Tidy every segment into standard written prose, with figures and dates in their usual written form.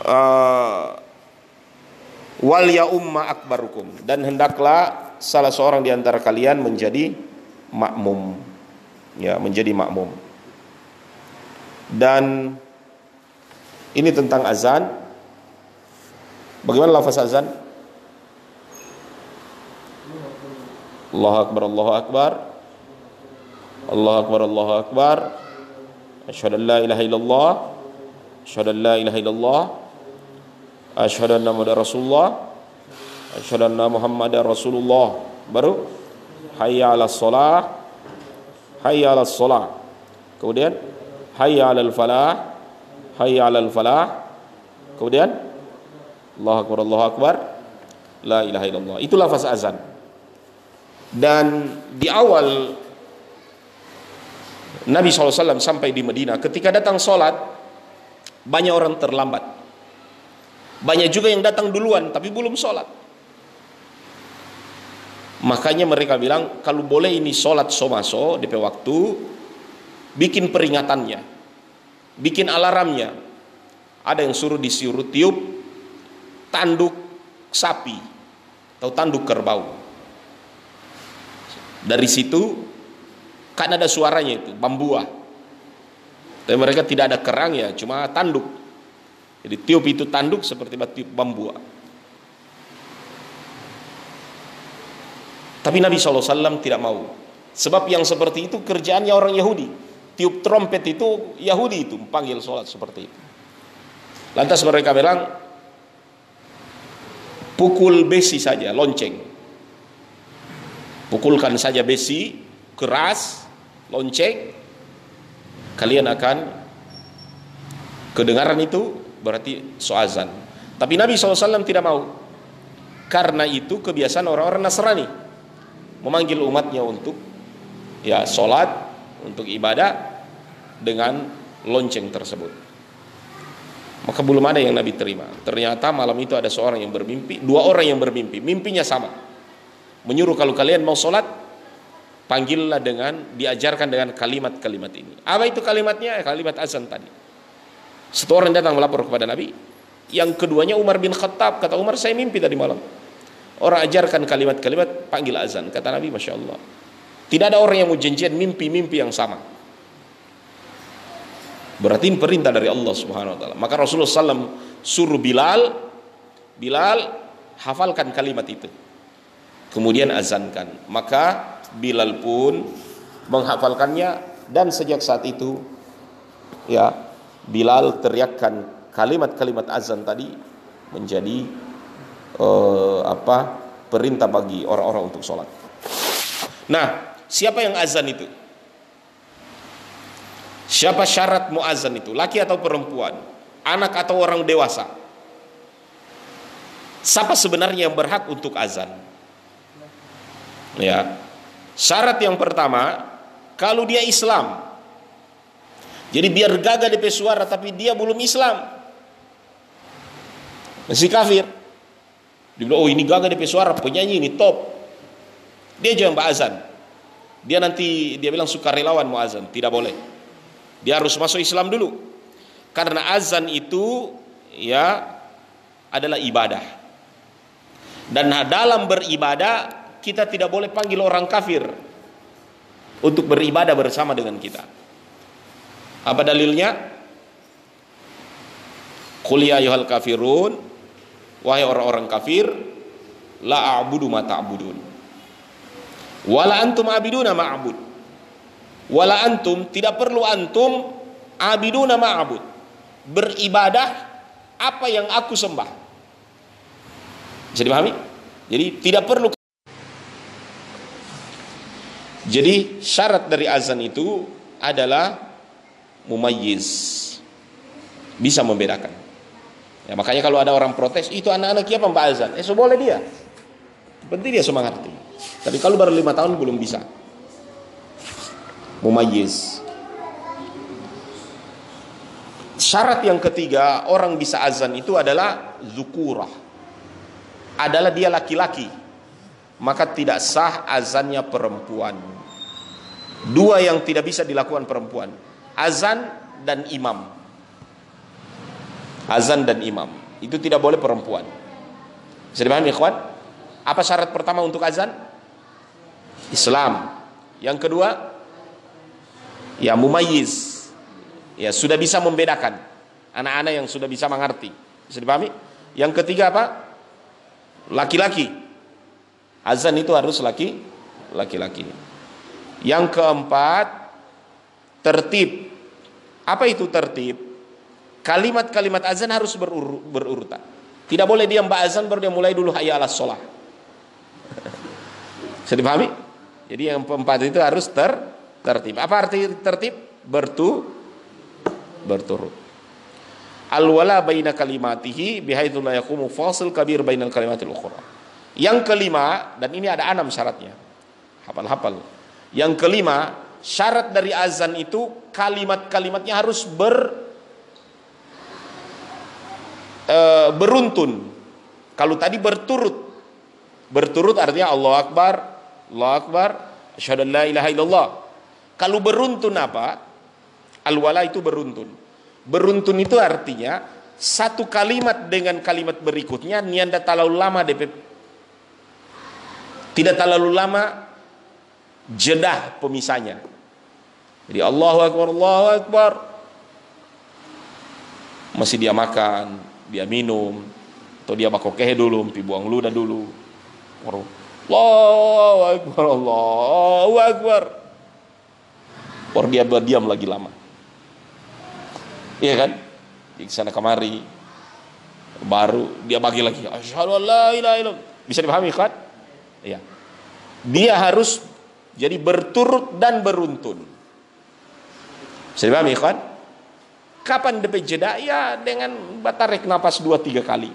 wal ya umma akbarukum, dan hendaklah salah seorang di antara kalian menjadi makmum, ya, menjadi makmum. Dan ini tentang azan. Bagaimana lafaz azan? Allahu akbar, Allahu akbar, Allahu akbar, Allahu akbar, asyhadu an la ilaha illallah, asyhadu an la ilaha illallah, asyhadu anna muhammadar rasulullah, asyhadu anna muhammadar rasulullah. Baru hayya 'alas shalah, hayya 'alas shalah. Kemudian hayya 'alal falah, hayya 'alal falah. Kemudian Allahu akbar, Allahu akbar, la ilaha illallah. Itu lafaz azan. Dan di awal Nabi SAW sampai di Madinah, ketika datang sholat, banyak orang terlambat. Banyak juga yang datang duluan tapi belum sholat. Makanya mereka bilang, kalau boleh ini sholat somaso DP waktu, bikin peringatannya, bikin alarmnya. Ada yang disuruh tiup tanduk sapi atau tanduk kerbau. Dari situ kan ada suaranya, itu bambua. Tapi mereka tidak ada kerang, ya, cuma tanduk. Jadi tiup itu tanduk seperti tiup bambua. Tapi Nabi SAW tidak mau. Sebab yang seperti itu kerjaannya orang Yahudi. Tiup trompet itu Yahudi, itu panggil sholat seperti itu. Lantas mereka bilang, pukul besi saja, lonceng. Pukulkan saja besi, keras, lonceng, kalian akan kedengaran itu, berarti azan. Tapi Nabi SAW tidak mau. Karena itu kebiasaan orang-orang Nasrani, memanggil umatnya untuk, ya, sholat, untuk ibadah dengan lonceng tersebut. Maka belum ada yang Nabi terima. Ternyata malam itu ada seorang yang bermimpi, dua orang yang bermimpi, mimpinya sama. Menyuruh, kalau kalian mau sholat, panggillah dengan, diajarkan dengan kalimat-kalimat ini. Apa itu kalimatnya? Kalimat azan tadi. Satu orang datang melapor kepada Nabi. Yang keduanya Umar bin Khattab. Kata Umar, saya mimpi tadi malam. Orang ajarkan kalimat-kalimat, panggil azan. Kata Nabi, Masya Allah, tidak ada orang yang mau janjian mimpi-mimpi yang sama. Berarti ini perintah dari Allah Subhanahu Wa Taala. Maka Rasulullah SAW suruh Bilal, hafalkan kalimat itu, kemudian azankan. Maka Bilal pun menghafalkannya, dan sejak saat itu, ya, Bilal teriakkan kalimat-kalimat azan tadi menjadi perintah bagi orang-orang untuk sholat. Nah, siapa yang azan itu? Siapa syarat muazan itu? Laki atau perempuan? Anak atau orang dewasa? Siapa sebenarnya yang berhak untuk azan? Ya, syarat yang pertama, kalau dia Islam. Jadi biar gagah DP suara tapi dia belum Islam, masih kafir. Dia bilang, oh ini gagah DP suara, penyanyi ini top, dia jangan azan. Dia nanti dia bilang sukarelawan mau azan, tidak boleh. Dia harus masuk Islam dulu. Karena azan itu, ya, adalah ibadah. Dan dalam beribadah kita tidak boleh panggil orang kafir untuk beribadah bersama dengan kita. Apa dalilnya? Qul ya ayyuhal kafirun, wahai orang-orang kafir, la a'budu ma ta'budun, wala antum abiduna ma'bud. Wala antum, tidak perlu antum, abiduna ma'bud, beribadah apa yang aku sembah. Bisa dipahami? Jadi tidak perlu. Jadi syarat dari azan itu adalah mumayyiz, bisa membedakan. Ya, makanya kalau ada orang protes, itu anak-anak siapa mbak azan? So boleh dia, penting dia semangat. Tapi kalau baru 5 tahun belum bisa mumayyiz. Syarat yang ketiga orang bisa azan itu adalah zukurah, adalah dia laki-laki, maka tidak sah azannya perempuan. Dua yang tidak bisa dilakukan perempuan, azan dan imam. azan dan imam. Itu tidak boleh perempuan. Bisa dipahami, ikhwan? Apa syarat pertama untuk azan? Islam. Yang kedua, ya mumayyiz. Ya sudah bisa membedakan. Anak-anak yang sudah bisa mengerti. Bisa dipahami? Yang ketiga apa? Laki-laki. Azan itu harus laki-laki. Yang keempat, tertib. Apa itu tertib? Kalimat-kalimat azan harus berurutan. Tidak boleh dia mbak azan baru dia mulai dulu hayya 'alas shalah. Bisa dipahami? Jadi yang keempat itu harus tertib. Apa arti tertib? Berturut. Al-wala baina kalimatihi bihaitsu la yaqumu fasil kabir bainal kalimatil ukhra. Yang kelima, dan ini ada 6 syaratnya. Hafal-hafal. Yang kelima, syarat dari azan itu kalimat-kalimatnya harus beruntun. Kalau tadi berturut artinya Allahu Akbar, Allahu Akbar, asyhadu an la ilaha illallah. Kalau beruntun apa? Al-wala itu beruntun. Beruntun itu artinya satu kalimat dengan kalimat berikutnya nianda terlalu lama tidak terlalu lama jedah pemisahnya. Jadi Allahu Akbar, Allahu Akbar, masih dia makan, dia minum, atau dia bakokehe dulu, buang ludah dulu. Allahu Akbar, Allahu Akbar. Baru dia berdiam lagi lama. Iya kan? Di sana kemari baru dia bagi lagi asyhadu an la ilaha illallah. Bisa dipahami kan? Iya. Dia harus jadi berturut dan beruntun. Bisa dipahami kan? Kapan dapat jeda? Ya dengan tarik napas 2-3 kali.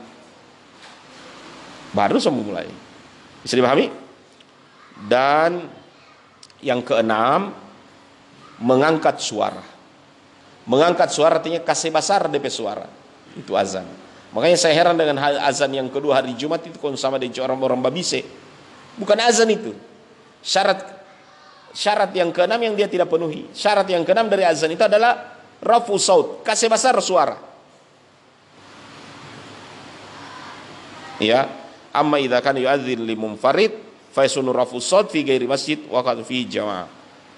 Baru semua mulai. Bisa dipahami? Dan yang keenam, mengangkat suara. Mengangkat suara artinya kasih besar DP suara. Itu azan. Makanya saya heran dengan azan yang kedua hari Jumat itu kalau sama dengan orang-orang babise. Bukan azan itu. Syarat yang keenam yang dia tidak penuhi. Syarat yang keenam dari azan itu adalah rafu saut, kasih besar suara. Ya, amma idza kana yu'adzin li munfarid fa yasunu rafu saut fi ghairi masjid wa qad fi jamaah.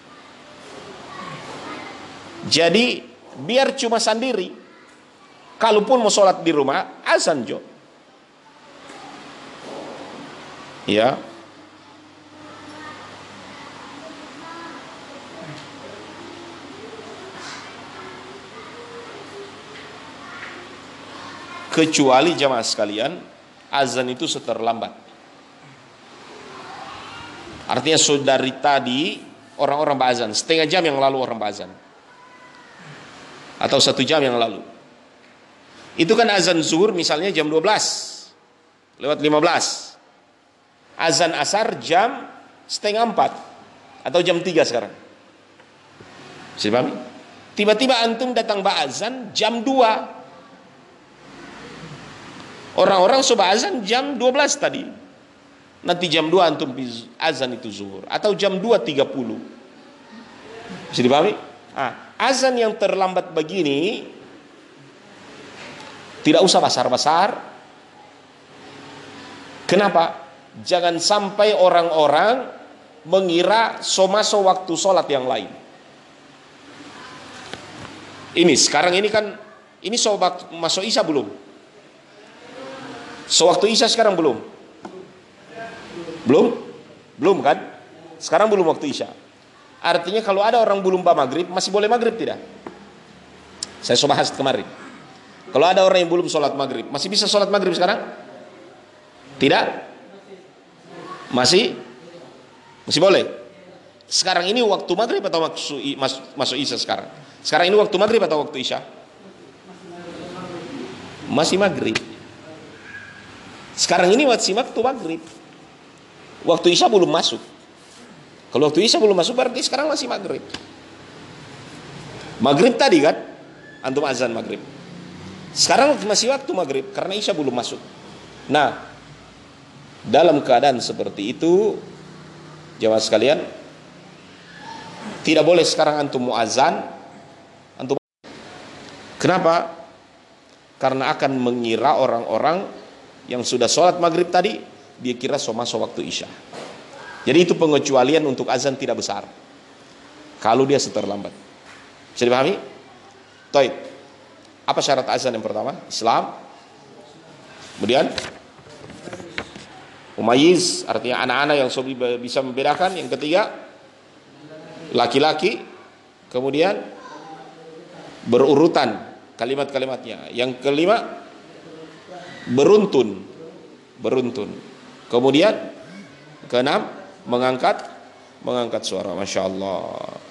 Jadi biar cuma sendiri, kalaupun mau sholat di rumah, azan jo. Ya. Kecuali jamaah sekalian, azan itu seterlambat. Artinya saudari tadi orang-orang berazan, setengah jam yang lalu orang berazan. Atau 1 jam yang lalu. Itu kan azan zuhur misalnya jam 12 lewat 15. Azan asar jam 3:30 atau jam 3 sekarang. Bisa pahami? Tiba-tiba antum datang azan jam 2. Orang-orang coba azan jam 12 tadi. Nanti jam 2 antum azan itu zuhur atau jam 2:30. Bisa dipahami? Azan yang terlambat begini tidak usah besar-besar. Kenapa? Jangan sampai orang-orang mengira masuk waktu sholat yang lain. Ini sekarang ini kan ini masuk isya belum? Waktu isya sekarang belum? Belum kan? Sekarang belum waktu isya. Artinya kalau ada orang belum maghrib, masih boleh maghrib tidak? Saya sudah bahas kemarin. Kalau ada orang yang belum sholat maghrib, masih bisa sholat maghrib sekarang? Tidak? Masih boleh? Sekarang ini waktu maghrib atau masuk isya sekarang? Sekarang ini waktu maghrib atau waktu isya? Masih maghrib. Sekarang ini waktu maghrib. Waktu isya belum masuk. Kalau waktu isya belum masuk berarti sekarang masih maghrib. Maghrib tadi kan antum azan maghrib. Sekarang masih waktu maghrib karena isya belum masuk. Nah, dalam keadaan seperti itu jamaah sekalian, tidak boleh sekarang antum mau azan. Kenapa? Karena akan mengira orang-orang yang sudah sholat maghrib tadi, dia kira masuk waktu isya. Jadi itu pengecualian untuk azan tidak besar kalau dia terlambat. Bisa dipahami? Taib. Apa syarat azan yang pertama? Islam. Kemudian mumayyiz, artinya anak-anak yang bisa membedakan. Yang ketiga, laki-laki. Kemudian berurutan kalimat-kalimatnya. Yang kelima, beruntun. Kemudian keenam, mengangkat suara. Masya Allah.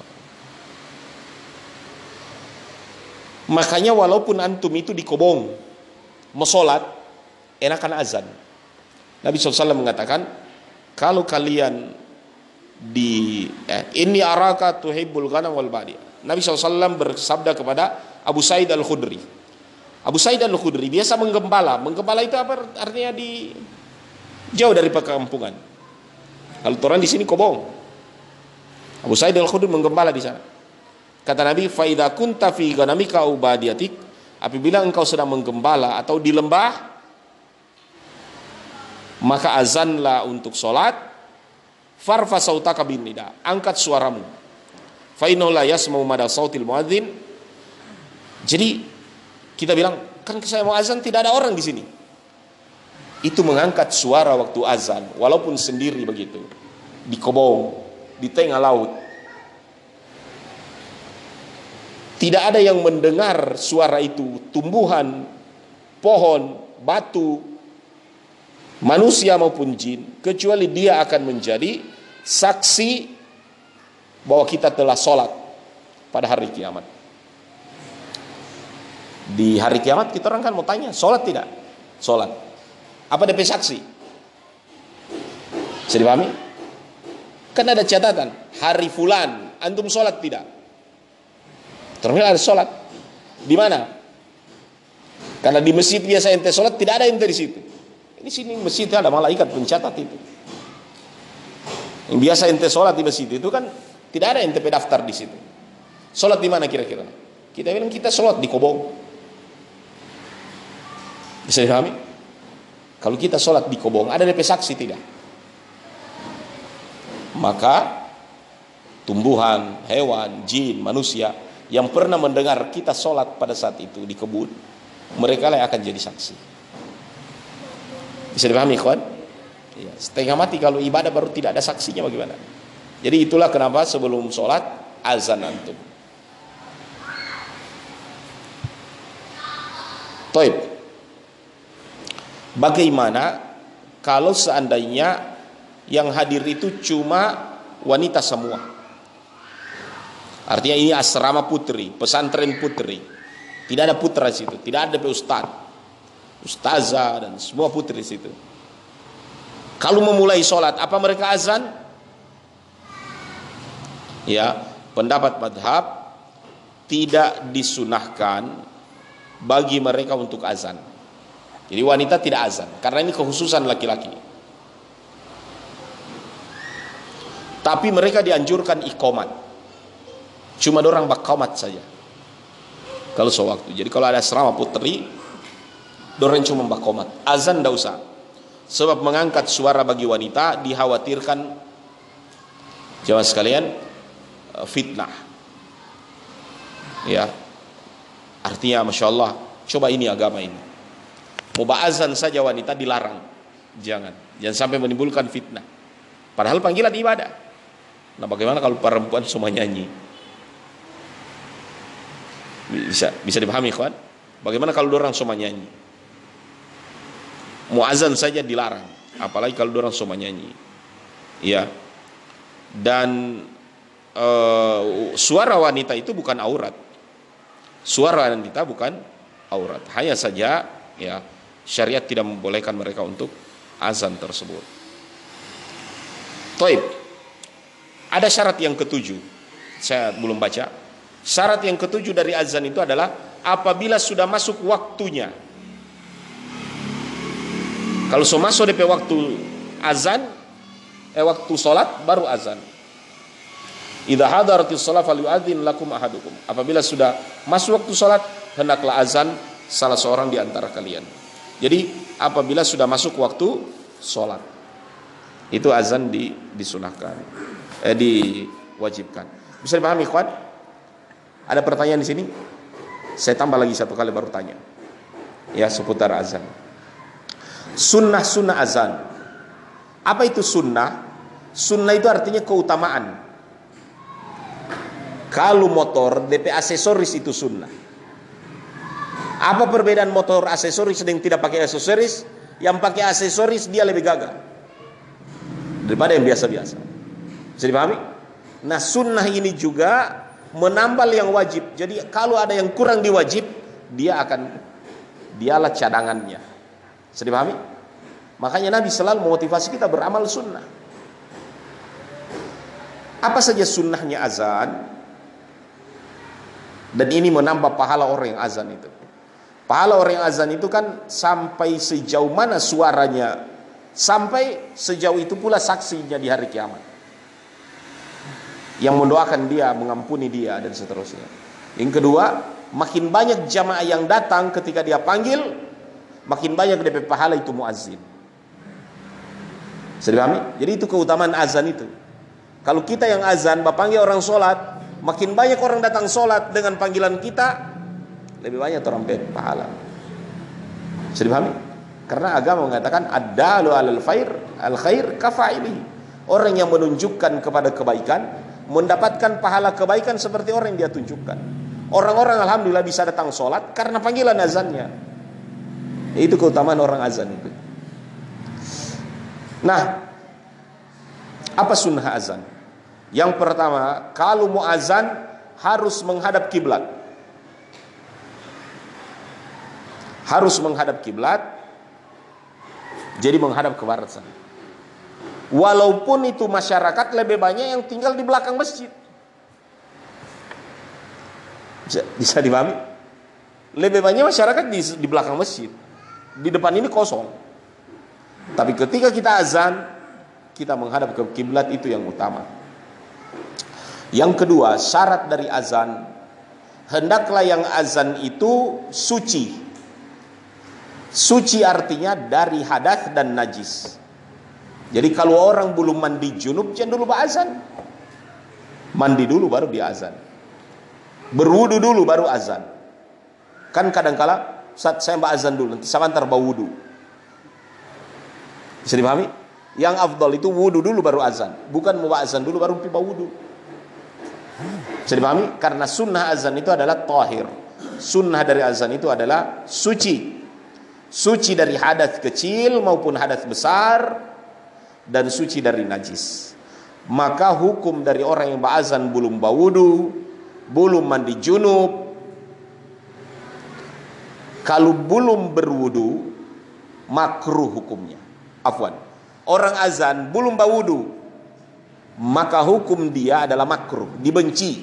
Makanya walaupun antum itu di Kobong mau sholat, enakan azan. Nabi SAW mengatakan, kalau kalian inni araka tuhibbul ghanam wal badi. Nabi SAW bersabda kepada Abu Sa'id Al-Khudri. Abu Sa'id Al-Khudri biasa menggembala. Menggembala itu apa artinya? Di jauh dari perkampungan. Kalau orang di sini Kobong. Abu Sa'id Al-Khudri menggembala di sana. Kata Nabi, fa idza kunta fi ghanamika aw badiyatik, apabila engkau sedang menggembala atau di lembah, maka azanlah untuk salat, farfa sautaka bin nida, angkat suaramu. Fa innahu la yasma'u mada sautil muadzin. Jadi kita bilang, kan saya mau azan tidak ada orang di sini. Itu mengangkat suara waktu azan, walaupun sendiri begitu, di Kobong, di tengah laut. Tidak ada yang mendengar suara itu, tumbuhan, pohon, batu, manusia maupun jin, kecuali dia akan menjadi saksi bahwa kita telah sholat pada hari kiamat. Di hari kiamat kita orang kan mau tanya, sholat tidak? Sholat. Apa DP saksi? Bisa dipahami? Kan ada catatan, hari fulan, antum sholat tidak? Ternyata ada sholat. Di mana? Karena di masjid biasa ente sholat, tidak ada ente di situ. Ini sini masjid ada malaikat pencatat itu. Yang biasa ente sholat di masjid itu kan tidak ada ente daftar di situ. Sholat di mana kira-kira? Kita bilang kita sholat di Kobong. Bisa dipahami? Kalau kita sholat di Kobong, ada DP saksi tidak? Maka tumbuhan, hewan, jin, manusia yang pernah mendengar kita sholat pada saat itu di kebun, mereka lah yang akan jadi saksi. Bisa dipahami, kawan? Ya, setengah mati kalau ibadah baru tidak ada saksinya bagaimana? Jadi itulah kenapa sebelum sholat azan antum. Taib. Bagaimana kalau seandainya yang hadir itu cuma wanita semua? Artinya ini asrama putri, pesantren putri. Tidak ada putra di situ, tidak ada ustaz, ustazah dan semua putri di situ. Kalau memulai sholat, apa mereka azan? Ya, pendapat madhab tidak disunahkan bagi mereka untuk azan. Jadi wanita tidak azan, karena ini kekhususan laki-laki. Tapi mereka dianjurkan iqamat. Cuma dorang baqamat saja kalau sewaktu. Jadi kalau ada asrama putri, dorang cuma baqamat. Azan tidak usah. Sebab mengangkat suara bagi wanita dikhawatirkan, jamaah sekalian, fitnah. Ya, artinya masya Allah. Coba ini agama ini. Mau azan saja wanita dilarang. Jangan sampai menimbulkan fitnah. Padahal panggilan ibadah. Nah, bagaimana kalau perempuan semua nyanyi? Bisa dipahami, kawan? Bagaimana kalau dorang semua nyanyi? Muazan saja dilarang, apalagi kalau dorang semua nyanyi. Ya. Dan suara wanita itu bukan aurat. Suara wanita bukan aurat. Hanya saja ya syariat tidak membolehkan mereka untuk azan tersebut. Taib. Ada syarat yang ketujuh. Saya belum baca. Syarat yang ketujuh dari azan itu adalah apabila sudah masuk waktunya. Kalau sudah masuk DP waktu azan, waktu sholat baru azan. Idza hadaratis shalah falyu'adzin lakum ahadukum. Apabila sudah masuk waktu sholat, hendaklah azan salah seorang di antara kalian. Jadi apabila sudah masuk waktu sholat, itu azan disunahkan, diwajibkan. Bisa dipahami, ikhwan? Ada pertanyaan di sini? Saya tambah lagi satu kali baru tanya. Ya, seputar azan. Sunnah azan. Apa itu sunnah? Sunnah itu artinya keutamaan. Kalau motor DP aksesoris itu sunnah. Apa perbedaan motor aksesoris dengan tidak pakai aksesoris? Yang pakai aksesoris dia lebih gagah daripada yang biasa-biasa. Bisa dipahami? Nah, sunnah ini juga menambal yang wajib. Jadi kalau ada yang kurang di wajib, dialah cadangannya. Bisa dipahami? Makanya Nabi selalu memotivasi kita beramal sunnah. Apa saja sunnahnya azan? Dan ini menambah pahala orang yang azan itu. Pahala orang yang azan itu kan sampai sejauh mana suaranya, sampai sejauh itu pula saksinya di hari kiamat, yang mendoakan dia, mengampuni dia, dan seterusnya. Yang kedua, makin banyak jamaah yang datang ketika dia panggil, makin banyak DP pahala itu muazzin. Bisa dipahami? Jadi itu keutamaan azan itu. Kalau kita yang azan, panggil orang sholat, makin banyak orang datang sholat dengan panggilan kita, lebih banyak orang pahala. Bisa dipahami? Karena agama mengatakan ad-dalu 'alal khair kafa'ilihi. Orang yang menunjukkan kepada kebaikan mendapatkan pahala kebaikan seperti orang yang dia tunjukkan. Orang-orang alhamdulillah bisa datang sholat karena panggilan azannya. Itu keutamaan orang azan itu. Nah, apa sunnah azan? Yang pertama, kalau mau azan harus menghadap kiblat. Harus menghadap kiblat. Jadi menghadap ke barat sana. Walaupun itu masyarakat lebih banyak yang tinggal di belakang masjid. Bisa dipahami? Lebih banyak masyarakat di belakang masjid. Di depan ini kosong. Tapi ketika kita azan, kita menghadap ke kiblat, itu yang utama. Yang kedua, syarat dari azan, hendaklah yang azan itu suci. Suci artinya dari hadas dan najis. Jadi kalau orang belum mandi junub, jangan dulu berazan. Mandi dulu baru dia azan. Berwudu dulu baru azan. Kan kadang-kala saat saya azan dulu, nanti sebentar bau wudu. Bisa dipahami? Yang afdal itu wudu dulu baru azan, bukan mau azan dulu baru bau wudu. Bisa dipahami? Karena sunnah azan itu adalah tahir. Sunnah dari azan itu adalah suci. Suci dari hadas kecil maupun hadas besar, dan suci dari najis. Maka hukum dari orang yang berazan belum berwudu, belum mandi junub, kalau belum berwudu makruh hukumnya. Afwan. Orang azan belum berwudu, maka hukum dia adalah makruh, dibenci.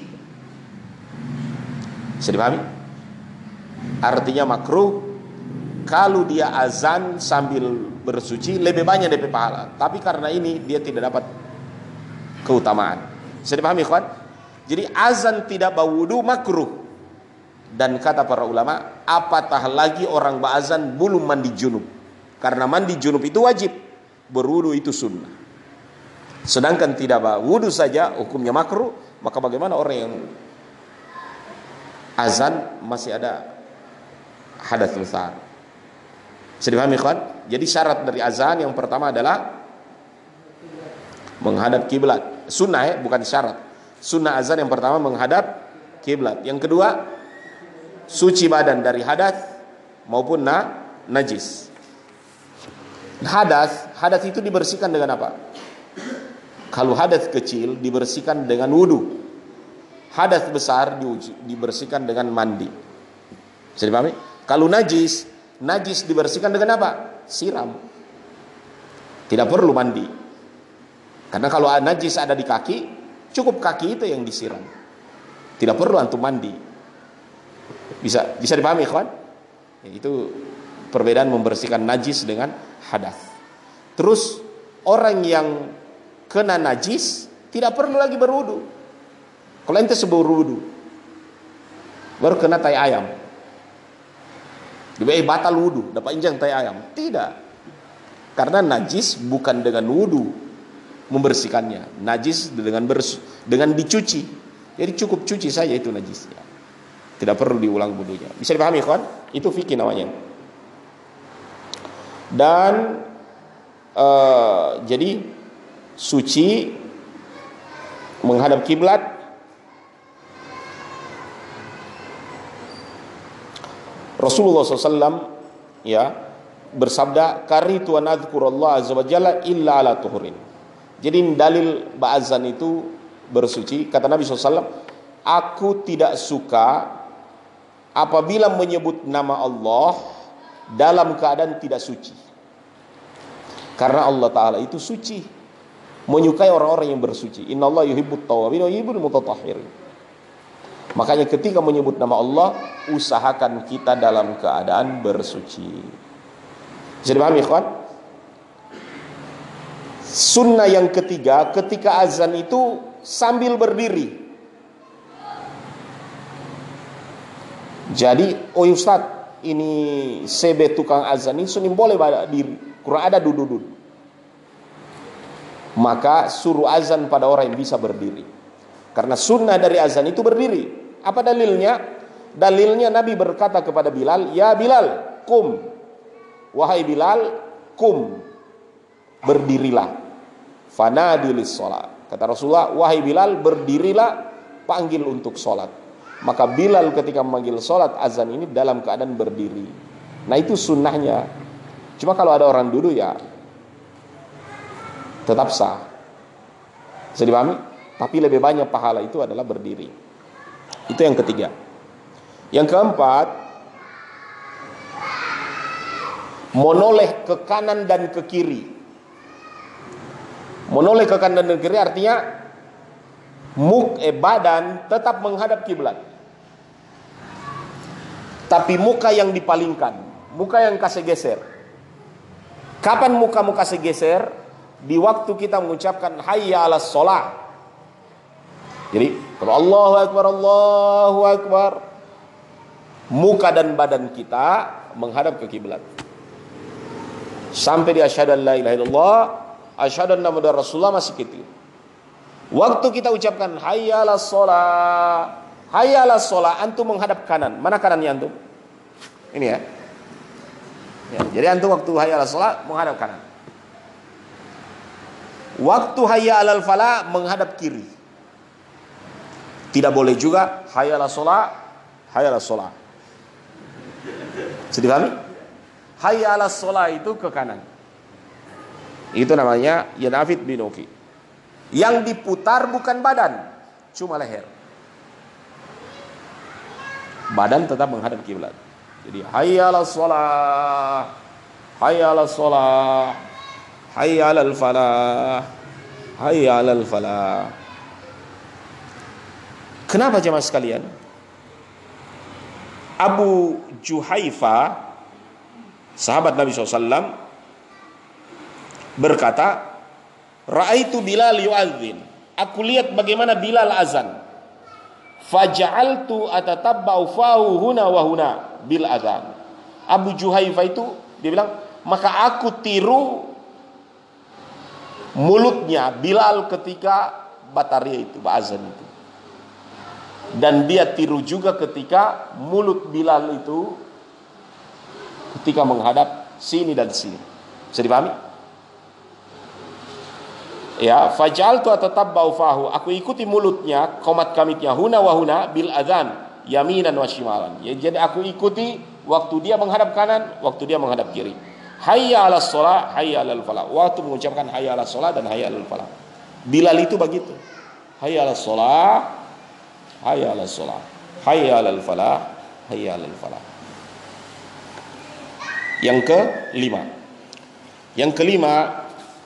Bisa dipahami? Artinya makruh kalau dia azan sambil bersuci, lebih banyak DP pahala. Tapi karena ini dia tidak dapat keutamaan. Bisa dipahami, kawan? Jadi azan tidak berwudu makruh. Dan kata para ulama, apatah lagi orang berazan belum mandi junub. Karena mandi junub itu wajib, berwudu itu sunnah. Sedangkan tidak berwudu saja hukumnya makruh, maka bagaimana orang yang azan masih ada hadas besar? Bisa dipahami, kawan? Jadi syarat dari azan yang pertama adalah menghadap kiblat. Sunnah, bukan syarat. Sunnah azan yang pertama menghadap kiblat. Yang kedua, suci badan dari hadas maupun najis. Hadas itu dibersihkan dengan apa? Kalau hadas kecil dibersihkan dengan wudu. Hadas besar dibersihkan dengan mandi. Bisa dipahami? Kalau najis dibersihkan dengan apa? Siram. Tidak perlu mandi. Karena kalau najis ada di kaki, cukup kaki itu yang disiram. Tidak perlu antum mandi. Bisa dipahami, kawan? Itu perbedaan membersihkan najis dengan hadas. Terus orang yang kena najis tidak perlu lagi berwudu. Kalau ente sebelum wudu baru kena tai ayam, Batal wudu, dapat injang tai ayam. Tidak. Karena najis bukan dengan wudu membersihkannya. Najis dengan dicuci. Jadi cukup cuci saja itu najisnya. Tidak perlu diulang wudunya. Bisa dipahami, kawan? Itu fikih namanya. Dan jadi suci menghadap kiblat. Rasulullah SAW ya bersabda, "Karitu an adzkurallah azza wa jalla illa ala tuhurin." Jadi dalil ba'azan itu bersuci. Kata Nabi SAW, aku tidak suka apabila menyebut nama Allah dalam keadaan tidak suci. Karena Allah Ta'ala itu suci, menyukai orang-orang yang bersuci. Innallaha yuhibbut tawwabin wa yuhibbul mutatahhirin. Makanya ketika menyebut nama Allah, usahakan kita dalam keadaan bersuci. Bisa dipahami, ikhwan? Sunnah yang ketiga, ketika azan itu sambil berdiri. Jadi, oh Ustaz, ini CB tukang azan ini sunim boleh berdiri, kurang ada duduk. Maka suruh azan pada orang yang bisa berdiri. Karena sunnah dari azan itu berdiri. Apa dalilnya? Dalilnya Nabi berkata kepada Bilal, "Ya Bilal, kum." Wahai Bilal, kum. Berdirilah. Fanadilis sholat. Kata Rasulullah, wahai Bilal, berdirilah, panggil untuk sholat. Maka Bilal ketika memanggil sholat azan ini dalam keadaan berdiri. Nah itu sunnahnya. Cuma kalau ada orang duduk ya tetap sah. Bisa dipahami? Tapi lebih banyak pahala itu adalah berdiri. Itu yang ketiga. Yang keempat, menoleh ke kanan dan ke kiri. Menoleh ke kanan dan ke kiri artinya badan tetap menghadap kiblat, tapi muka yang dipalingkan, muka yang kasih geser. Kapan muka kasih geser? Di waktu kita mengucapkan hayya 'alas shalah. Jadi kalau Allahu Akbar, muka dan badan kita menghadap ke kiblat. Sampai di asyhadu an la ilaha illallah, asyhadu anna muhammadar rasulullah masih gitu. Waktu kita ucapkan hayya 'alas shalah, antum menghadap kanan. Mana kanannya antum? Ini ya. Jadi antum waktu hayya 'alas shalah menghadap kanan. Waktu hayya 'alal falah menghadap kiri. Tidak boleh juga hayya 'alas shalah. Sudah paham? Hayya 'alas shalah itu ke kanan. Itu namanya yanafid binoki. Yang diputar bukan badan, cuma leher. Badan tetap menghadap kiblat. Jadi hayya 'alas shalah, hayya 'alas shalah, hayya 'alal falah, hayya 'alal falah. Kenapa jemaah sekalian? Abu Juhaifa, sahabat Nabi SAW, berkata, "Ra'aitu Bilal yu'adzin." Aku lihat bagaimana Bilal azan. Faja'altu atatabba'u fahu huna wa huna bil azan. Abu Juhaifa itu dia bilang, maka aku tiru mulutnya Bilal ketika bataria itu, azan itu. Dan dia tiru juga ketika mulut Bilal itu ketika menghadap sini dan sini. Bisa dipahami? Ya, faj'altu atatabba'u fahu. Aku ikuti mulutnya, komat kamitnya huna wa huna bil adzan, yaminan wa shimalan. Ya, jadi aku ikuti waktu dia menghadap kanan, waktu dia menghadap kiri. Hayya 'alas shalah, hayya 'alal falah. Waktu mengucapkan hayya 'alas shalah dan hayya 'alal falah. Bilal itu begitu. Hayya 'alas shalah, hayya 'alas shalah, hayya 'alal falah, hayya 'alal falah. Yang kelima,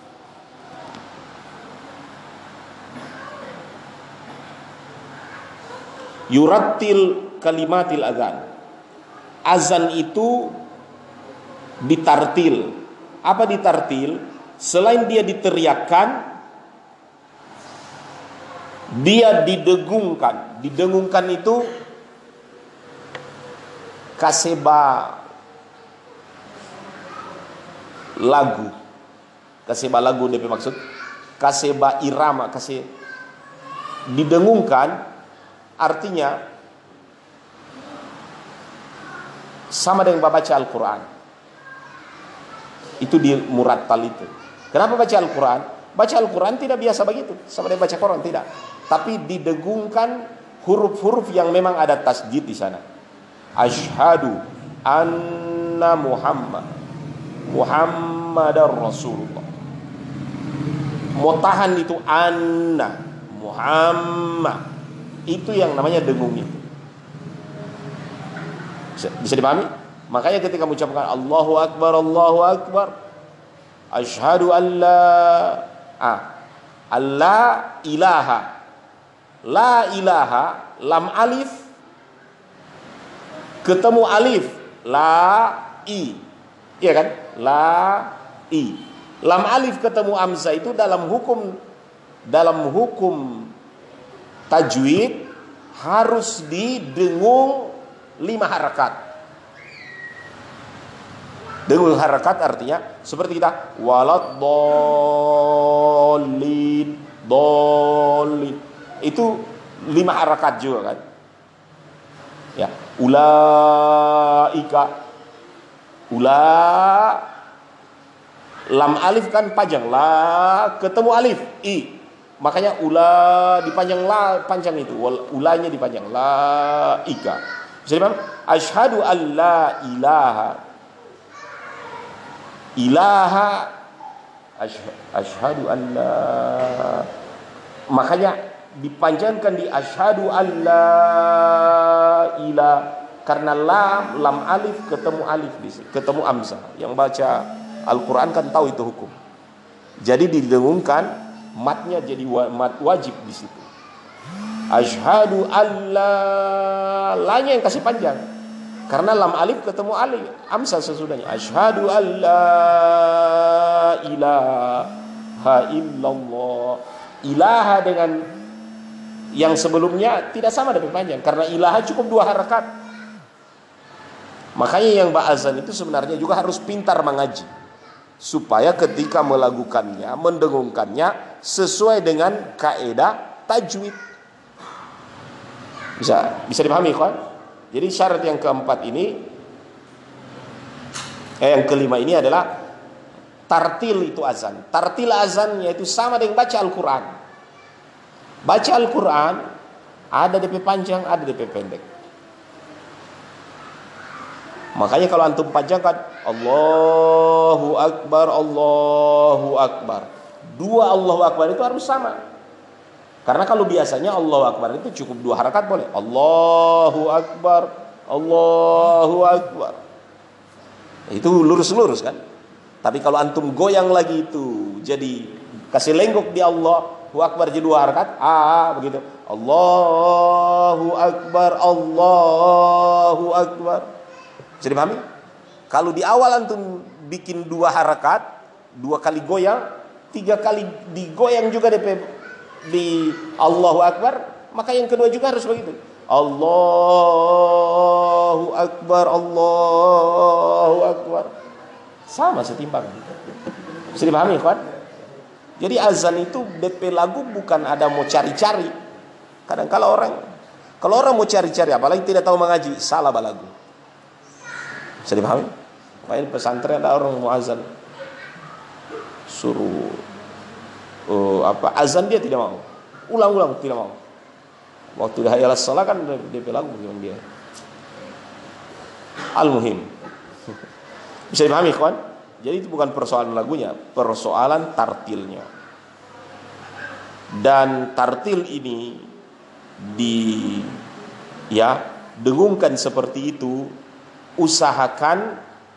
yurattil kalimatil azan. Azan itu ditartil. Apa ditartil? Selain dia diteriakkan, dia didengungkan. Didengungkan itu kaseba lagu. Kaseba lagu DP maksud kaseba irama, kasih didengungkan, artinya sama dengan baca Al-Quran. Itu di murattal itu. Kenapa baca Al-Quran? Baca Al-Quran tidak biasa begitu, sama dengan baca Quran, tidak. Tapi didengungkan huruf-huruf yang memang ada tasjid di sana. Asyhadu anna Muhammadar Rasulullah. Motahan itu anna Muhammad. Itu yang namanya dengung itu. Bisa dipahami? Makanya ketika mengucapkan Allahu Akbar, asyhadu alla ilaha, la ilaha, lam alif ketemu alif, la i, iya kan? La i, lam alif ketemu hamzah itu dalam hukum tajwid harus didengung 5 harakat. Dengung harakat artinya seperti kita walad dolin, itu 5 harakat juga kan. Ya, ulaika, lam alif kan panjang, la ketemu alif i, makanya ula dipanjang, la panjang itu, ulanya dipanjang, la ika. Bisa dipaham? Asyhadu alla ilaha, asyhadu alla, makanya dipanjangkan di asyhadu alla ilah, karena lam alif ketemu alif di sini, ketemu hamzah. Yang baca Al-Quran kan tahu itu hukum. Jadi didengungkan, matnya jadi mat wajib di situ. Asyhadu alla, lanya yang kasih panjang, karena lam alif ketemu alif hamzah sesudahnya. Asyhadu alla ilaha illallah. Ilaha dengan yang sebelumnya tidak sama dengan panjang, karena ilaha cukup 2 harakat. Makanya yang ba'azan itu sebenarnya juga harus pintar mengaji, supaya ketika melakukannya, mendengungkannya sesuai dengan kaidah tajwid. Bisa dipahami kan? Jadi syarat yang keempat ini, yang kelima ini adalah tartil itu azan. Tartil azan yaitu sama dengan baca Al-Quran. Baca Al-Quran ada DP panjang, ada DP pendek. Makanya kalau antum panjangkan Allahu Akbar, Allahu Akbar, 2 Allahu Akbar itu harus sama. Karena kalau biasanya Allahu Akbar itu cukup 2 harakat boleh. Allahu Akbar, Allahu Akbar, itu lurus-lurus kan. Tapi kalau antum goyang lagi itu, jadi kasih lenggok di Allahu Akbar jadi 2 harakat, begitu. Allahu Akbar, Allahu Akbar. Bisa dipahami? Kalau di awal antum bikin 2 harakat, 2 kali goyang, 3 kali digoyang juga di Allahu Akbar, maka yang kedua juga harus begitu. Allahu Akbar, Allahu Akbar, sama setimpang. Bisa dipahami kan? Jadi azan itu DP lagu bukan ada mau cari-cari. Kadang kalau orang mau cari-cari, apalagi tidak tahu mengaji, salah lagu. Bisa dipahami? Makanya pesantren ada orang mau azan, suruh azan dia tidak mau, ulang-ulang tidak mau. Waktu dah hayalas salat kan dia lagu bagaimana dia. Al-muhim. Bisa dipahami kawan? Jadi itu bukan persoalan lagunya, persoalan tartilnya. Dan tartil ini dengungkan seperti itu, usahakan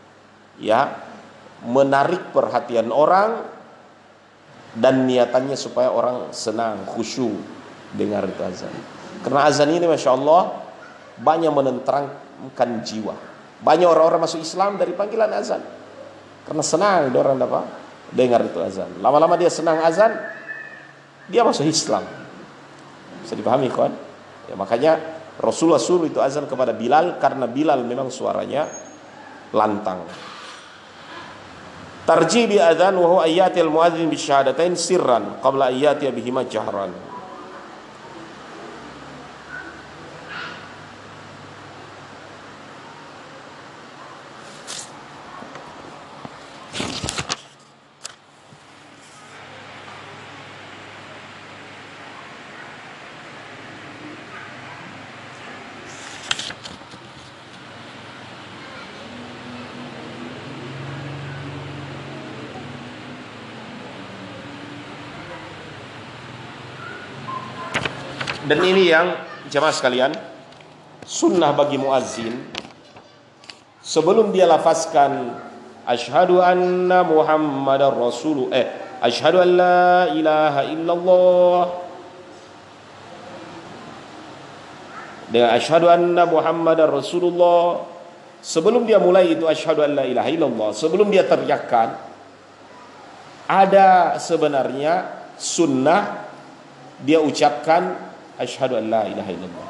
menarik perhatian orang dan niatannya supaya orang senang, khusyuk dengar itu azan. Karena azan ini Masya Allah banyak menenteramkan jiwa. Banyak orang-orang masuk Islam dari panggilan azan, karena senang orang dapat dengar itu azan. Lama-lama dia senang azan, dia masuk Islam. Bisa dipahami kawan? Ya, makanya Rasulullah suruh itu azan kepada Bilal, karena Bilal memang suaranya lantang. Tarjibi adzan wa huwa ayati al-muadzin bisyahadatain sirran qabla ayati bihima jahran. Dan ini yang jemaah sekalian, sunnah bagi muazzin sebelum dia lafazkan asyhadu anna muhammadar rasul asyhadu an la ilaha illallah, dengan asyhadu anna muhammadar rasulullah, sebelum dia mulai itu asyhadu an la ilaha illallah, sebelum dia teriakkan, ada sebenarnya sunnah dia ucapkan asyhadu an la ilaha illallah.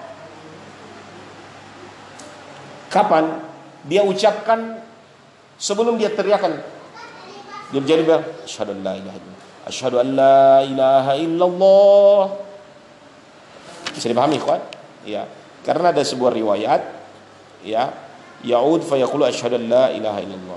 Kapan dia ucapkan? Sebelum dia teriakkan, dia jadi bilang asyhadu an la ilaha illallah, asyhadu an la ilaha illallah. Bisa dipahami ikhwan? Ya, karena ada sebuah riwayat, ya, ya'ud fa yaqulu asyhadu an la ilaha illallah.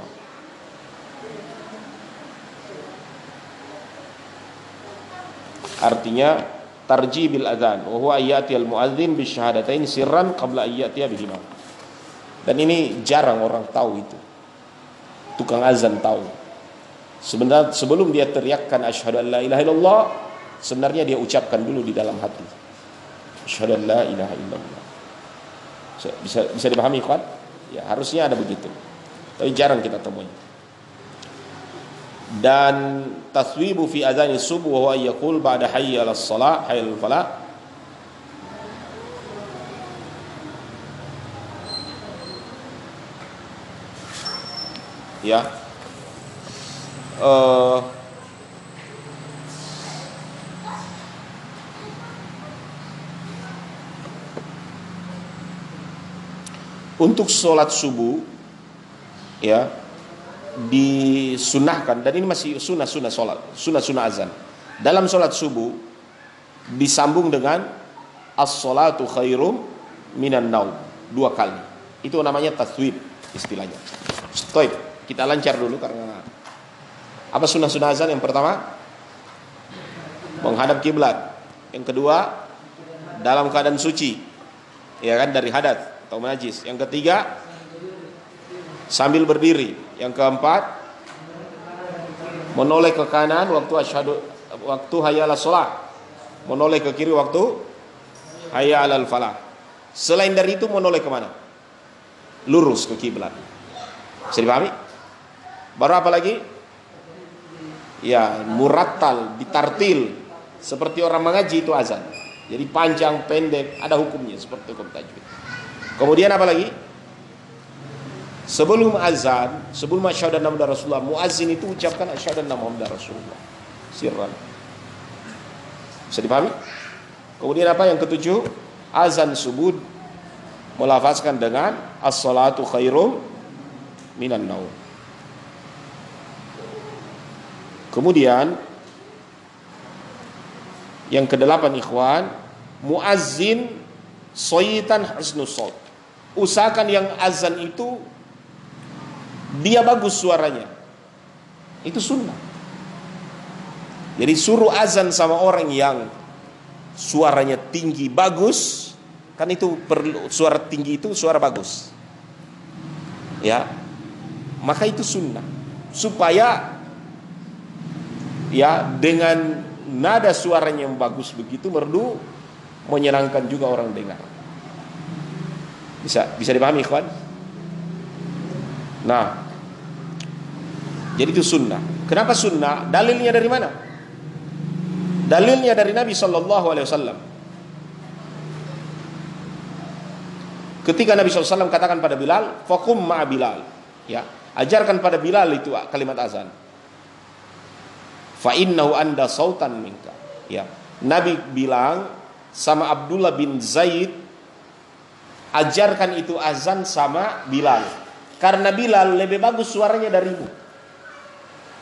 Artinya tarjibil adzan wa huwa ayati al muadzin bi syahadatain sirran qabla ayati bihima. Dan ini jarang orang tahu itu. Tukang azan tahu. Sebenarnya sebelum dia teriakkan asyhadu an la ilaha illallah, sebenarnya dia ucapkan dulu di dalam hati asyhadu an la ilaha illallah. Bisa dipahami kan? Ya, harusnya ada begitu. Tapi jarang kita temui. Dan taswibu fi adzani subuh wa huwa yaqul ba'da hayya 'alas shalah hayya 'alal falah. Ya. Untuk sholat subuh, ya, disunahkan, dan ini masih sunnah sholat, sunnah azan. Dalam sholat subuh disambung dengan as-sholatu khairum minan naum 2 kali. Itu namanya taswib istilahnya. Stop. Kita lancar dulu karena apa sunnah azan? Yang pertama menghadap kiblat. Yang kedua dalam keadaan suci, ya kan, dari hadas atau najis. Yang ketiga sambil berdiri. Yang keempat menoleh ke kanan waktu hayya 'alas shalah, menoleh ke kiri waktu hayya 'alal falah. Selain dari itu menoleh ke mana? Lurus ke kiblat. Bisa dipahami? Baru apa lagi? Ya, murattal, ditartil seperti orang mengaji itu azan. Jadi panjang, pendek, ada hukumnya seperti hukum tajwid. Kemudian apa lagi? Sebelum azan, sebelum asyhadu anna Muhammadar Rasulullah, muazzin itu ucapkan asyhadu anna Muhammadar Rasulullah sirran. Bisa dipahami? Kemudian apa yang ketujuh? Azan subuh melafazkan dengan as-salatu khairum minan naum. Kemudian yang kedelapan ikhwan, muazzin soyitan husnus shaut. Usahakan yang azan itu dia bagus suaranya. Itu sunnah. Jadi suruh azan sama orang yang suaranya tinggi bagus, kan itu perlu, suara tinggi itu suara bagus. Ya. Maka itu sunnah. Supaya ya dengan nada suaranya yang bagus begitu merdu menyenangkan juga orang dengar. Bisa dipahami ikhwan? Nah, jadi itu sunnah. Kenapa sunnah? Dalilnya dari mana? Dalilnya dari Nabi SAW. Ketika Nabi SAW katakan pada Bilal, "Faqum ma'a Bilal." Ya, ajarkan pada Bilal itu kalimat azan. Fa innahu anda sautan minka. Ya, Nabi bilang sama Abdullah bin Zaid, ajarkan itu azan sama Bilal, karena Bilal lebih bagus suaranya darimu.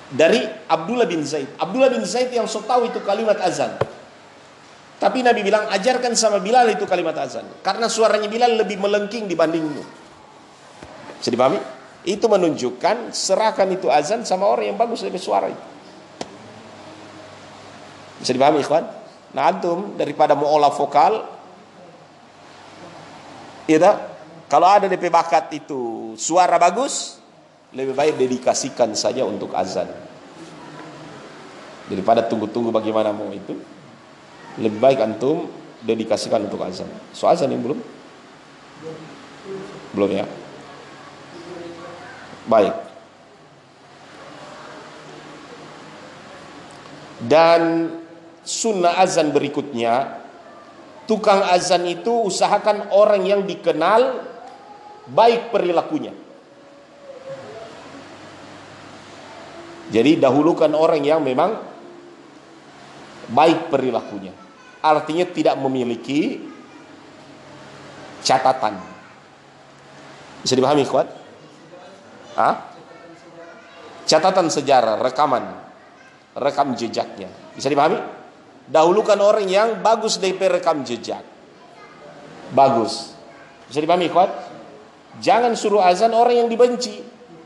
dari Abdullah bin Zaid. Abdullah bin Zaid yang so tahu itu kalimat azan. Tapi Nabi bilang, ajarkan sama Bilal itu kalimat azan, karena suaranya Bilal lebih melengking dibandingmu. Bisa dipahami? Itu menunjukkan serahkan itu azan sama orang yang bagus lebih suara itu. Bisa dipahami, ikhwan? Nah, antum daripada mau olah vokal, itu kalau ada DP bakat itu suara bagus, lebih baik dedikasikan saja untuk azan. Daripada tunggu-tunggu bagaimana mau itu, lebih baik antum dedikasikan untuk azan. So azan yang belum? Belum ya? Baik. Dan sunnah azan berikutnya, tukang azan itu usahakan orang yang dikenal baik perilakunya. Jadi dahulukan orang yang memang baik perilakunya. Artinya tidak memiliki catatan. Bisa dipahami, ikhwan? Catatan sejarah, rekam jejaknya. Bisa dipahami? Dahulukan orang yang bagus dari rekam jejak. Bagus. Bisa dipahami, ikhwan? Jangan suruh azan orang yang dibenci.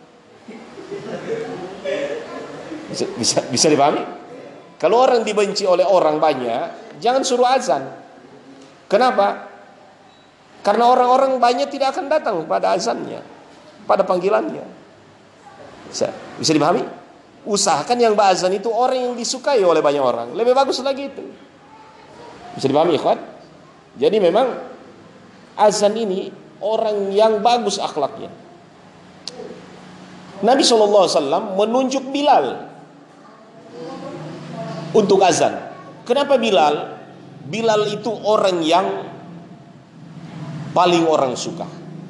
Bisa dipahami? Kalau orang dibenci oleh orang banyak, jangan suruh azan. Kenapa? Karena orang-orang banyak tidak akan datang pada azannya, pada panggilannya. Bisa dipahami? Usahakan yang berazan itu orang yang disukai oleh banyak orang. Lebih bagus lagi itu. Bisa dipahami, ikhwan? Jadi memang azan ini orang yang bagus akhlaknya. Nabi SAW menunjuk Bilal untuk azan. Kenapa Bilal? Bilal itu orang yang paling orang suka.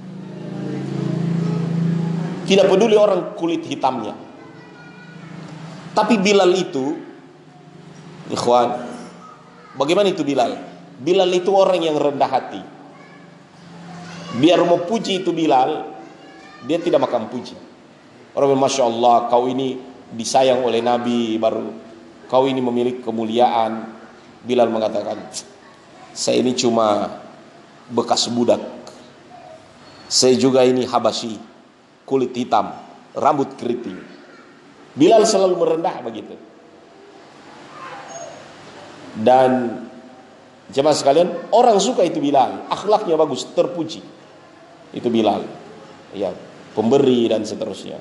Tidak peduli orang kulit hitamnya. Tapi Bilal itu, ikhwan, bagaimana itu Bilal? Bilal itu orang yang rendah hati. Biar mau puji itu Bilal, dia tidak makan puji. Orang bilang, Masya Allah, kau ini disayang oleh Nabi, baru kau ini memiliki kemuliaan. Bilal mengatakan, saya ini cuma bekas budak. Saya juga ini Habasyi, kulit hitam, rambut keriting. Bilal selalu merendah begitu. Dan jemaah sekalian, orang suka itu Bilal, akhlaknya bagus, terpuji. Itu Bilal. Ya, pemberi dan seterusnya.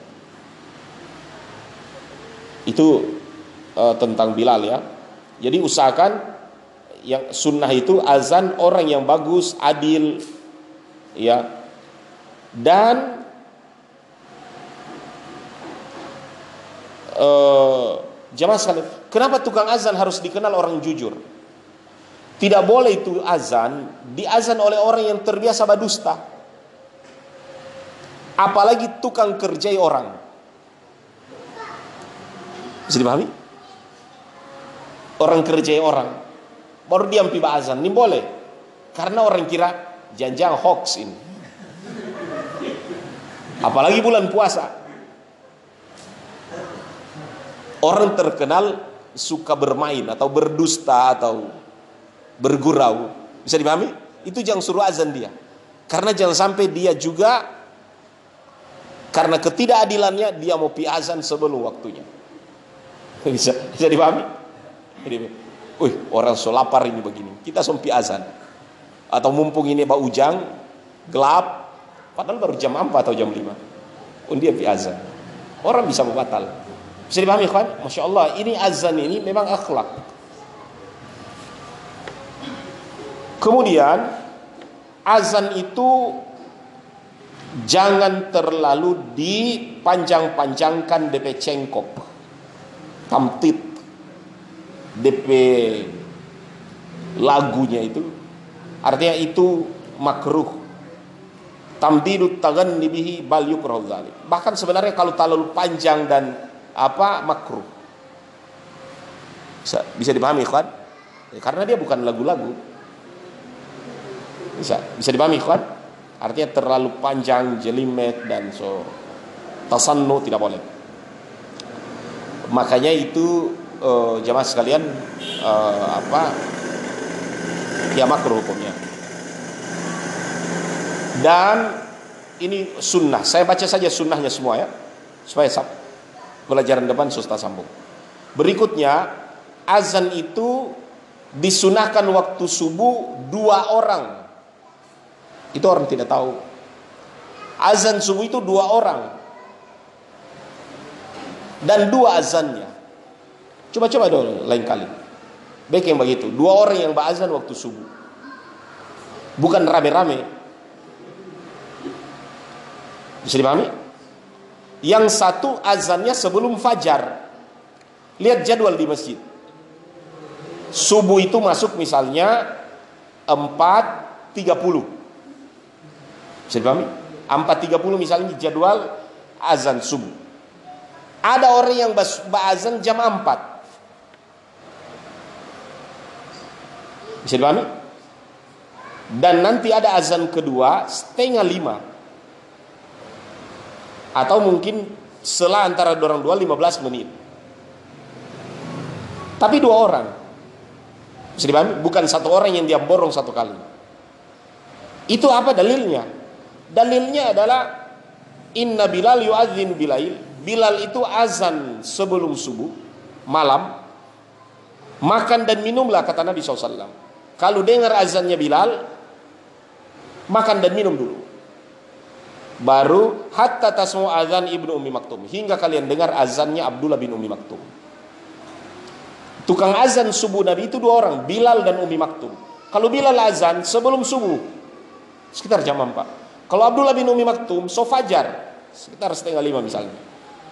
Itu tentang Bilal ya. Jadi usahakan yang sunnah itu azan orang yang bagus, adil, ya. Dan jemaah sekalian, kenapa tukang azan harus dikenal orang jujur? Tidak boleh itu azan diazan oleh orang yang terbiasa berdusta, apalagi tukang kerjai orang. Bisa dipahami? Orang kerjai orang baru diam piba azan, ini boleh. Karena orang kira jangan-jangan hoax ini. Apalagi bulan puasa. Orang terkenal suka bermain atau berdusta atau bergurau. Bisa dipahami? Itu jangan suruh azan dia. Karena jangan sampai dia juga karena ketidakadilannya dia mau pi azan sebelum waktunya. Bisa dipahami? Wih, orang so lapar ini begini, kita sompi azan. Atau mumpung ini bau ujang, gelap, padahal baru jam 4 atau jam 5. Dia pi azan. Orang bisa membatal. Bisa dipahami, kan? Masya Allah, ini azan ini memang akhlak. Kemudian azan itu jangan terlalu dipanjang-panjangkan DP cengkok, tamtit DP lagunya itu, artinya itu makruh. Tamdidut taganni bihi bal yukrahu dzalik. Bahkan sebenarnya kalau terlalu panjang dan makruh. Bisa dipahami, ikhwan? Karena dia bukan lagu-lagu. Bisa dipahami, ikhwan? Artinya terlalu panjang, jelimet dan tasannu tidak boleh. Makanya itu jamaah sekalian, ya makruh hukumnya. Dan ini sunnah. Saya baca saja sunnahnya semua ya, supaya pelajaran depan Ustaz sambung. Berikutnya, azan itu disunahkan waktu subuh 2 orang. Itu orang tidak tahu. Azan subuh itu 2 orang. Dan 2 azannya. Coba-coba dulu lain kali. Baik yang begitu. 2 orang yang berazan waktu subuh. Bukan rame-rame. Bisa dipahami? Yang satu azannya sebelum fajar. Lihat jadwal di masjid. Subuh itu masuk misalnya 4.30. Bisa dipahami? 4.30 misalnya jadwal azan subuh. Ada orang yang berazan jam 4. Bisa dipahami? Dan nanti ada azan kedua 4:30. Atau mungkin selang antara orang dua 15 menit. Tapi 2 orang. Bisa dipahami? Bukan 1 orang yang dia borong 1 kali. Itu apa dalilnya? Dalilnya adalah inna Bilal yu'adzin bilail. Bilal itu azan sebelum subuh malam. Makan dan minumlah, kata Nabi SAW. Kalau dengar azannya Bilal, makan dan minum dulu. Baru hatta tasmu azan Ibnu Ummi Maktum, hingga kalian dengar azannya Abdullah bin Ummi Maktum. Tukang azan subuh Nabi itu 2 orang, Bilal dan Ummi Maktum. Kalau Bilal azan sebelum subuh sekitar jam 4. Kalau Abdullah bin Ummi Maktum fajar sekitar 4:30 misalnya.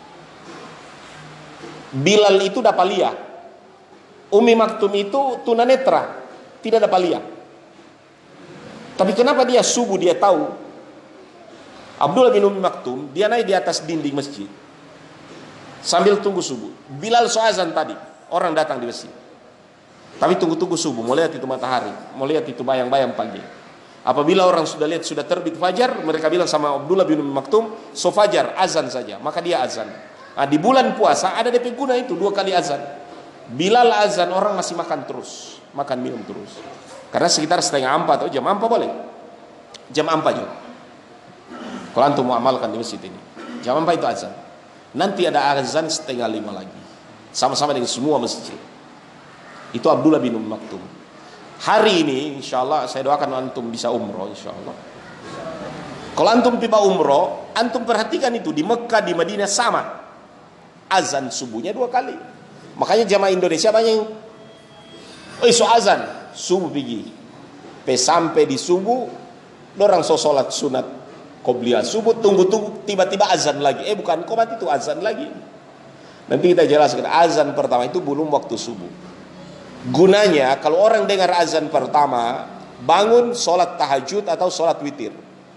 Bilal itu dapalia, Ummi Maktum itu tunanetra, tidak dapalia. Tapi kenapa dia subuh dia tahu? Abdullah bin Ummi Maktum dia naik di atas dinding masjid sambil tunggu subuh. Bilal azan tadi, orang datang di masjid. Tapi tunggu-tunggu subuh, mau lihat itu matahari, mau lihat itu bayang-bayang pagi. Apabila orang sudah lihat sudah terbit fajar, mereka bilang sama Abdullah bin Ummi Maktum, fajar, azan saja. Maka dia azan. Nah, di bulan puasa ada DP guna itu 2 kali azan. Bilal azan, orang masih makan terus, makan minum terus. Karena sekitar 3:30 atau jam 4 boleh. Jam 4 juga. Kalau antum mau amalkan di masjid ini, jam 4 itu azan. Nanti ada azan 4:30 lagi. Sama-sama dengan semua masjid. Itu Abdullah bin Ummi Maktum. Hari ini insyaallah saya doakan antum bisa umroh insyaallah. Kalau antum tiba umroh, antum perhatikan itu di Mekah, di Madinah sama. Azan subuhnya 2 kali. Makanya jamaah Indonesia banyak yang azan subuh pergi. Sampai di subuh orang sholat sunat qobliyah subuh, tunggu-tunggu tiba-tiba azan lagi. Bukan qomat, itu azan lagi. Nanti kita jelaskan. Azan pertama itu belum waktu subuh. Gunanya kalau orang dengar azan pertama, bangun sholat tahajud atau sholat witir.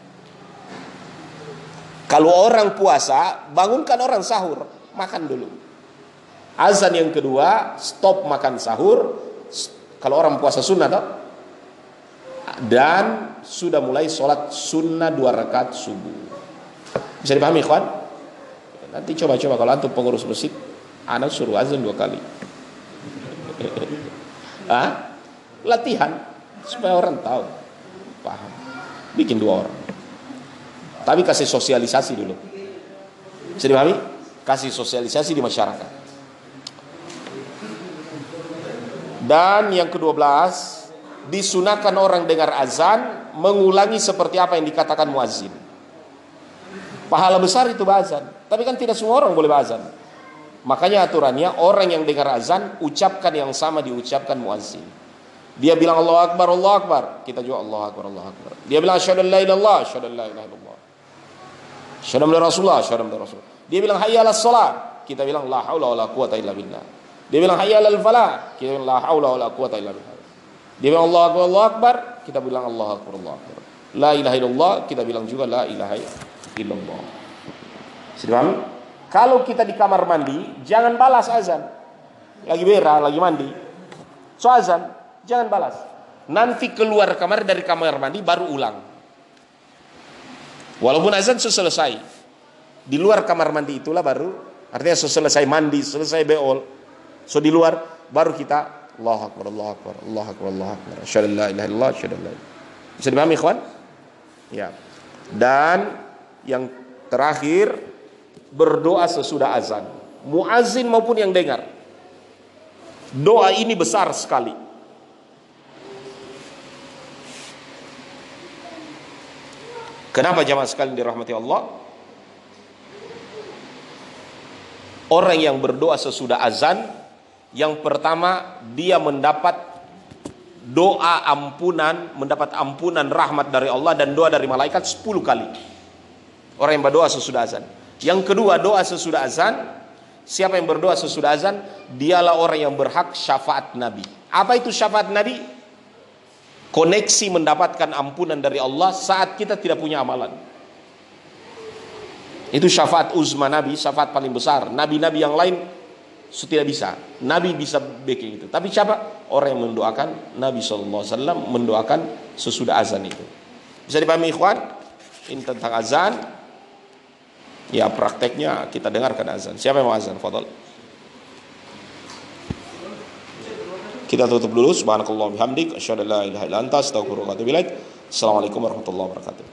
Kalau orang puasa, bangunkan orang sahur, makan dulu. Azan yang kedua, stop makan sahur. Kalau orang puasa sunnah toh? Dan sudah mulai sholat sunnah 2 rakaat subuh. Bisa dipahami ikhwan? Nanti coba-coba kalau antum pengurus masjid, anak suruh azan 2 kali. Latihan supaya orang tahu, paham. Bikin 2 orang. Tapi kasih sosialisasi dulu. Bisa dipahami? Kasih sosialisasi di masyarakat. Dan yang ke-12, disunahkan orang dengar azan mengulangi seperti apa yang dikatakan muazin. Pahala besar itu azan. Tapi kan tidak semua orang boleh azan. Makanya aturannya orang yang dengar azan ucapkan yang sama diucapkan muazin. Dia bilang Allahu Akbar, Allahu Akbar, kita juga Allahu Akbar, Allahu Akbar. Dia bilang asyhadu an la ilaha illallah, asyhadu an la ilaha illallah. Asyhadu anna Rasulullah, asyhadu anna Rasul. Dia bilang hayya 'alas shalah, kita bilang la haula wala quwata illa billah. Dia bilang hayya 'alal falah, kita bilang la haula wala quwata illa billah. Dia bilang Allahu Akbar, Allahu Akbar, kita bilang Allahu Akbar, Allahu Akbar. La ilaha illallah, kita bilang juga la ilaha illallah. Sudah? Kalau kita di kamar mandi, jangan balas azan. Lagi berak, lagi mandi. Azan, jangan balas. Nanti keluar kamar dari kamar mandi baru ulang. Walaupun azan sudah selesai. Di luar kamar mandi itulah baru Artinya selesai mandi, selesai beol, so di luar, baru kita Allahu Akbar, Allahu Akbar, Allahu Akbar, Allahu Akbar. Asyhadu an la ilaha illallah, asyhadu an la ilaha illallah. Bisa dipahami, ikhwan? Ya. Dan yang terakhir, berdoa sesudah azan. Muazin maupun yang dengar. Doa ini besar sekali. Kenapa jamaah sekalian dirahmati Allah? Orang yang berdoa sesudah azan, yang pertama dia mendapat doa ampunan, mendapat ampunan rahmat dari Allah dan doa dari malaikat 10 kali. Orang yang berdoa sesudah azan. Yang kedua, doa sesudah azan, siapa yang berdoa sesudah azan, dialah orang yang berhak syafaat Nabi. Apa itu syafaat Nabi? Koneksi mendapatkan ampunan dari Allah saat kita tidak punya amalan. Itu syafaat uzma Nabi, syafaat paling besar. Nabi-nabi yang lain tidak bisa. Nabi bisa bikin itu. Tapi siapa? Orang yang mendoakan Nabi SAW mendoakan sesudah azan itu. Bisa dipahami ikhwan? Ini tentang azan. Ya prakteknya kita dengarkan azan. Siapa yang mau azan? Fadal. Kita tutup dulu. Subhanakallah bihamdik. Asyhadu an la ilaha illa anta astaghfiruka wa atubu ilaik. Assalamualaikum warahmatullahi wabarakatuh.